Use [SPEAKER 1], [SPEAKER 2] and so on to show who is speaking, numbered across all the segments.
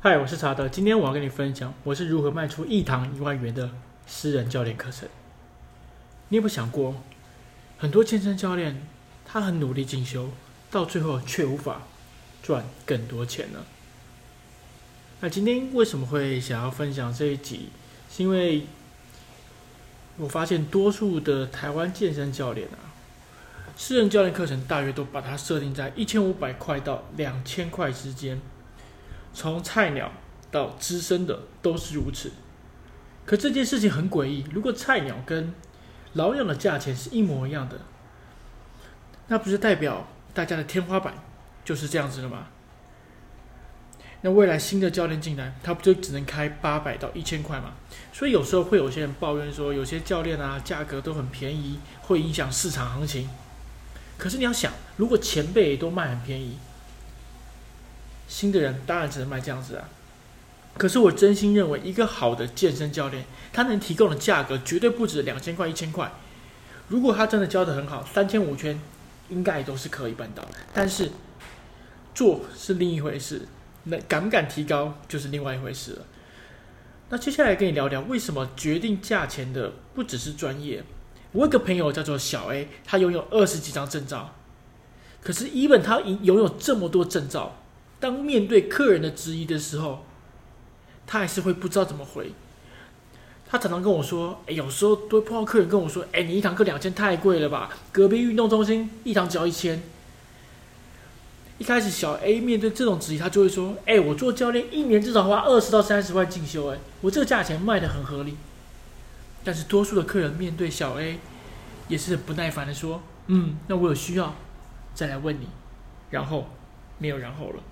[SPEAKER 1] 嗨，我是查德，今天我要跟你分享我是如何卖出1堂1万元的私人教练课程。你有没有想过，很多健身教练他很努力进修，到最后却无法赚更多钱呢？那今天为什么会想要分享这一集？是因为我发现多数的台湾健身教练私人教练课程大约都把它设定在1500块到2000块之间。从菜鸟到资深的都是如此，可这件事情很诡异。如果菜鸟跟老鸟的价钱是一模一样的，那不是代表大家的天花板就是这样子了吗？那未来新的教练进来，他不就只能开800到1000块吗？所以有时候会有些人抱怨说，有些教练价格都很便宜，会影响市场行情。可是你要想，如果前辈都卖很便宜，新的人当然只能卖这样子。可是我真心认为，一个好的健身教练，他能提供的价格绝对不止2000块、1000块。如果他真的教得很好，3000、5000应该也都是可以办到。但是做是另一回事，那敢不敢提高就是另外一回事了。那接下来跟你聊聊，为什么决定价钱的不只是专业。我有一个朋友叫做小 A， 他拥有20几张证照，可是 even 他拥有这么多证照，当面对客人的质疑的时候，他还是会不知道怎么回。他常常跟我说，有时候都会碰到客人跟我说，你一堂课2000太贵了吧？隔壁运动中心一堂只要1000。一开始小 A 面对这种质疑，他就会说，我做教练1年至少花20到30万进修，我这个价钱卖得很合理。但是多数的客人面对小 A 也是很不耐烦的说，那我有需要再来问你，然后没有然后了。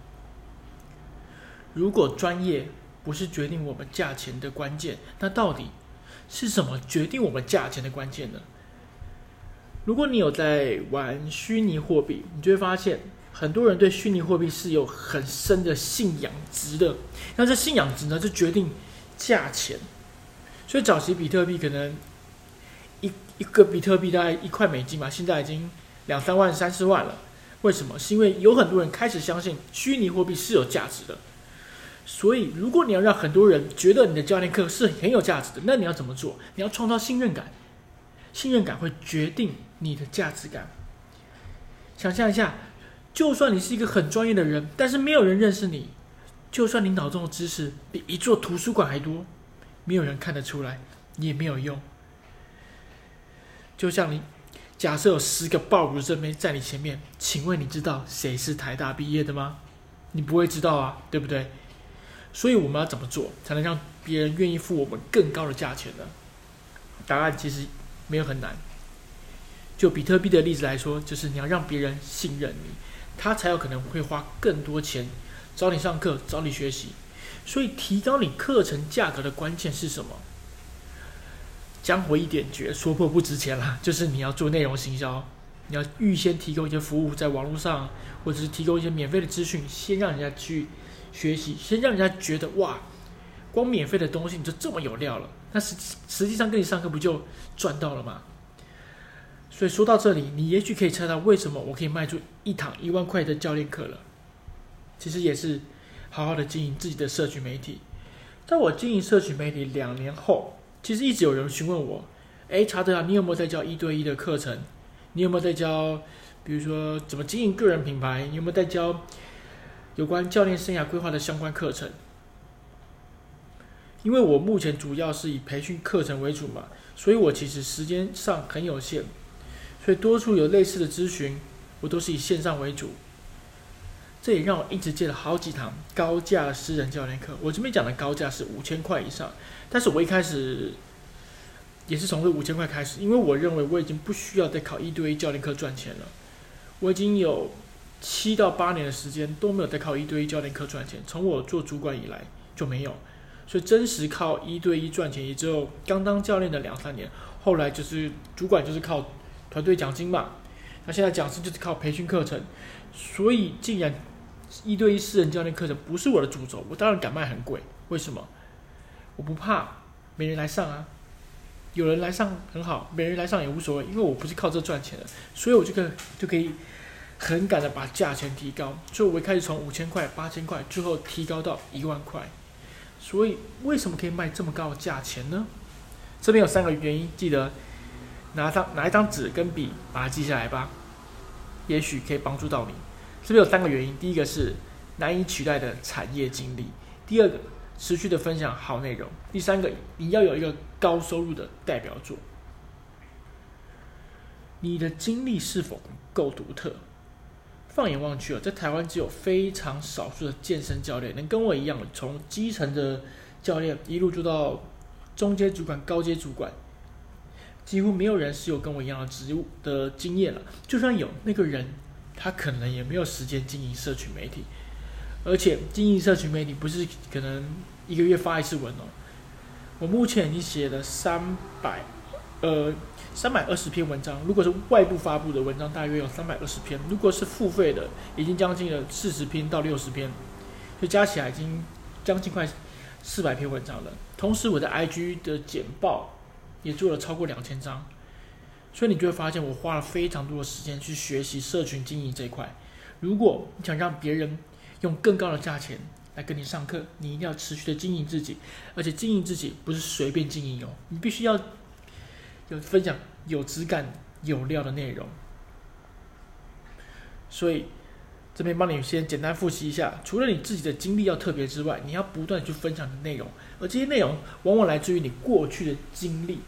[SPEAKER 1] 如果专业不是决定我们价钱的关键，那到底是什么决定我们价钱的关键呢？如果你有在玩虚拟货币，你就会发现很多人对虚拟货币是有很深的信仰值的。那这信仰值呢，就决定价钱。所以早期比特币可能一个比特币大概1块美金嘛，现在已经2、3万、3、4万了。为什么？是因为有很多人开始相信虚拟货币是有价值的。所以如果你要让很多人觉得你的教练课是很有价值的，那你要怎么做？你要创造信任感，信任感会决定你的价值感。想象一下，就算你是一个很专业的人，但是没有人认识你，就算你脑中的知识比一座图书馆还多，没有人看得出来，你也没有用。就像你假设有10个爆乳正妹在你前面，请问你知道谁是台大毕业的吗？你不会知道啊，对不对？所以我们要怎么做才能让别人愿意付我们更高的价钱呢？答案其实没有很难。就比特币的例子来说，就是你要让别人信任你，他才有可能会花更多钱找你上课，找你学习。所以提高你课程价格的关键是什么？江湖一点诀，说破不值钱啦，就是你要做内容行销，你要预先提供一些服务在网络上，或者是提供一些免费的资讯，先让人家去学习，先让人家觉得哇，光免费的东西你就这么有料了，那实际上跟你上课不就赚到了吗？所以说到这里，你也许可以猜到为什么我可以卖出1堂1万块的教练课了。其实也是好好的经营自己的社群媒体。在我经营社群媒体2年后，其实一直有人询问我，查德你有没有在教1对1的课程？你有没有在教，比如说怎么经营个人品牌？你有没有在教有关教练生涯规划的相关课程？因为我目前主要是以培训课程为主嘛，所以我其实时间上很有限，所以多数有类似的咨询，我都是以线上为主。这也让我一直接了好几堂高价的私人教练课。我这边讲的高价是5000块以上，但是我一开始也是从这5000块开始，因为我认为我已经不需要再考1对1教练课赚钱了。我已经有7到8年的时间都没有再靠1对1教练课赚钱，从我做主管以来就没有，所以真实靠1对1赚钱也只有刚当教练的2、3年，后来就是主管就是靠团队奖金嘛，那现在讲师就是靠培训课程，所以既然1对1私人教练课程不是我的主轴，我当然敢卖很贵。为什么？我不怕没人来上啊，有人来上很好，没人来上也无所谓，因为我不是靠这赚钱的，所以我就可以很敢的把价钱提高，所以我一开始从5000块、8000块，最后提高到1万块。所以为什么可以卖这么高的价钱呢？这边有3个原因，记得拿一张纸跟笔把它记下来吧，也许可以帮助到你。这边有3个原因，第一个是难以取代的产业经历，第二个持续的分享好内容，第三个你要有一个高收入的代表作。你的经历是否够独特？放眼望去，在台湾只有非常少数的健身教练能跟我一样，从基层的教练一路做到中阶主管、高阶主管，几乎没有人是有跟我一样的职务的经验了。就算有，那个人他可能也没有时间经营社群媒体，而且经营社群媒体不是可能1个月发1次文哦。我目前已经写了320篇文章，如果是外部发布的文章，大约有320篇；如果是付费的，已经将近了40篇到60篇，就加起来已经将近快400篇文章了。同时，我的 IG 的简报也做了超过2000张，所以你就会发现我花了非常多的时间去学习社群经营这一块。如果你想让别人用更高的价钱来跟你上课，你一定要持续的经营自己，而且经营自己不是随便经营哦，你必须要有分享有质感、有料的内容。所以这边帮你先简单复习一下，除了你自己的经历要特别之外，你要不断去分享你的内容，而这些内容往往来自于你过去的经历，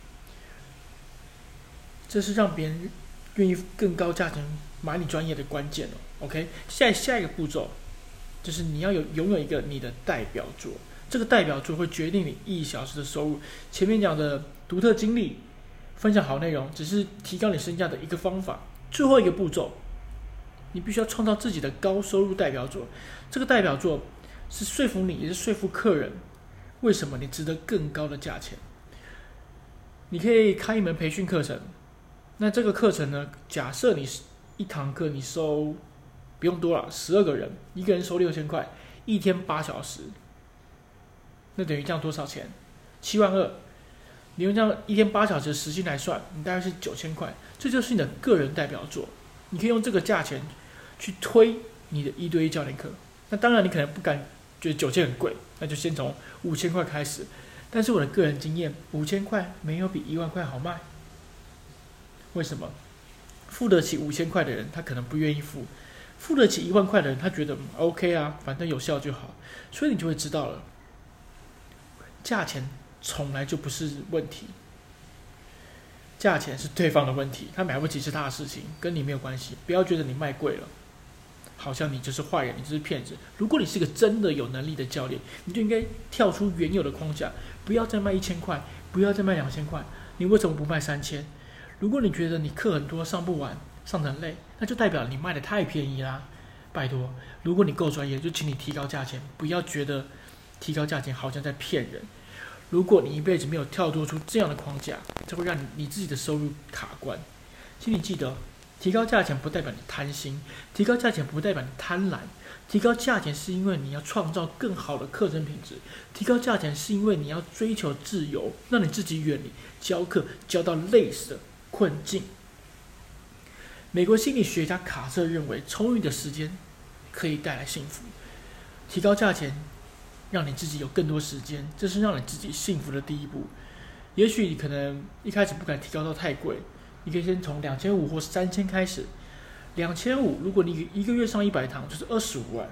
[SPEAKER 1] 这是让别人愿意更高价钱买你专业的关键哦。OK， 下一个步骤就是你要拥有一个你的代表作，这个代表作会决定你1小时的收入。前面讲的独特经历、分享好内容，只是提高你身价的一个方法。最后一个步骤，你必须要创造自己的高收入代表作。这个代表作是说服你，也是说服客人，为什么你值得更高的价钱。你可以开一门培训课程，那这个课程呢，假设你一堂课你收不用多了，12个人，一个人收6000块，1天8小时，那等于这样多少钱？72000。你用这样1天8小时的时薪来算，你大概是9000块，这就是你的个人代表作。你可以用这个价钱去推你的1对1教练课。那当然，你可能不敢觉得9000很贵，那就先从5000块开始。但是我的个人经验，5000块没有比1万块好卖。为什么？付得起5000块的人，他可能不愿意付；付得起1万块的人，他觉得OK 啊，反正有效就好。所以你就会知道了，价钱从来就不是问题，价钱是对方的问题，他买不起是他的事情，跟你没有关系。不要觉得你卖贵了，好像你就是坏人，你就是骗子。如果你是个真的有能力的教练，你就应该跳出原有的框架，不要再卖1000块，不要再卖2000块，你为什么不卖3000？如果你觉得你课很多上不完，上得很累，那就代表你卖的太便宜啦。拜托，如果你够专业，就请你提高价钱，不要觉得提高价钱好像在骗人。如果你一辈子没有跳脱出这样的框架，这会让你自己的收入卡关。请你记得，提高价钱不代表你贪心，提高价钱不代表你贪婪，提高价钱是因为你要创造更好的课程品质，提高价钱是因为你要追求自由，让你自己远离教课教到累死的困境。美国心理学家卡特认为，充裕的时间可以带来幸福。提高价钱，让你自己有更多时间，这是让你自己幸福的第一步。也许你可能一开始不敢提高到太贵，你可以先从2500或3000开始。2500，如果你1个月上100堂，就是25万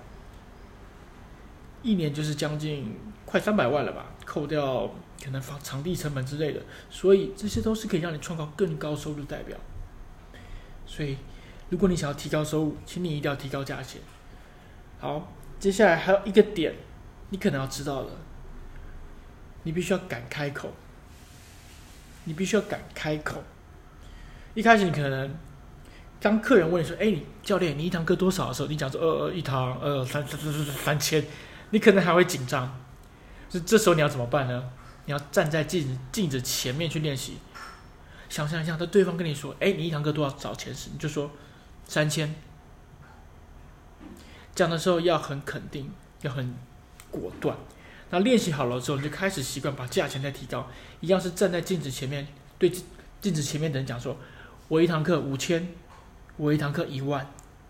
[SPEAKER 1] ，1年就是将近快300万了吧，扣掉可能场地成本之类的，所以这些都是可以让你创造更高收入代表。所以，如果你想要提高收入，请你一定要提高价钱。好，接下来还有一个点，你可能要知道了，你必须要敢开口。你必须要敢开口。一开始你可能当客人问你说：“你教练，你一堂课多少？”的时候，你讲说：“一堂3000。”你可能还会紧张。这时候你要怎么办呢？你要站在镜子前面去练习。想象一下，当对方跟你说：“你一堂课多少钱？”时，你就说3000。讲的时候要很肯定，要很果断。那练习好了之后，你就开始习惯把价钱再提高，一样是站在镜子前面，对镜子前面的人讲说：“我一堂课5000，我一堂课1万。”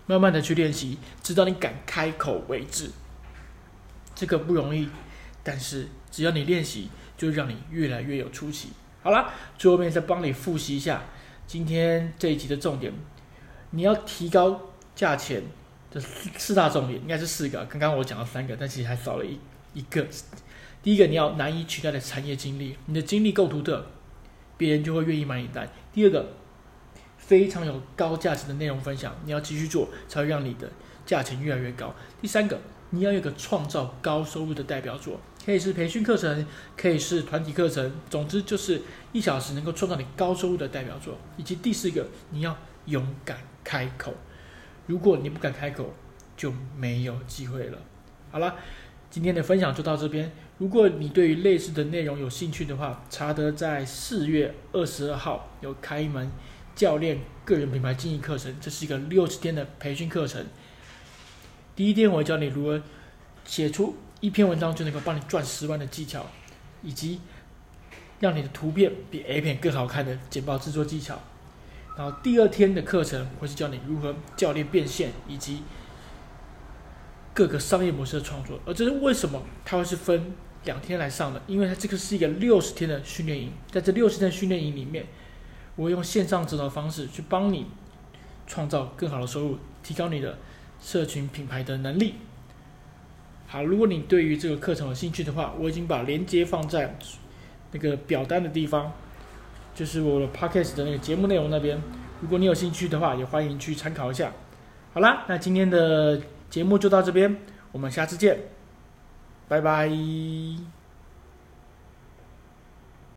[SPEAKER 1] 慢慢的去练习，直到你敢开口为止。这个不容易，但是只要你练习，就让你越来越有出息。好啦，最后面再帮你复习一下今天这一集的重点。你要提高价钱的四大重点，应该是4个。刚刚我讲了3个，但其实还少了一个。第一个，你要难以取代的产业经历，你的经历够独特，别人就会愿意买你单。第二个，非常有高价值的内容分享，你要继续做，才会让你的价钱越来越高。第三个，你要有一个创造高收入的代表作，可以是培训课程，可以是团体课程，总之就是1小时能够创造你高收入的代表作。以及第4个，你要勇敢开口，如果你不敢开口，就没有机会了。好了，今天的分享就到这边。如果你对于类似的内容有兴趣的话，查德在4月22号有开一门教练个人品牌经营课程，这是一个60天的培训课程。第一天我会教你如何写出1篇文章就能够帮你赚10万的技巧，以及让你的图片比 A 片更好看的简报制作技巧。然后第2天的课程会是教你如何教练变现，以及各个商业模式的创作。而这是为什么它会是分2天来上的，因为它这个是一个60天的训练营。在这60天的训练营里面，我会用线上指导的方式去帮你创造更好的收入，提高你的社群品牌的能力。好，如果你对于这个课程有兴趣的话，我已经把链接放在那个表单的地方，就是我的 Podcast 的那个节目内容那边。如果你有兴趣的话，也欢迎去参考一下。好啦，那今天的节目就到这边，我们下次见，拜拜。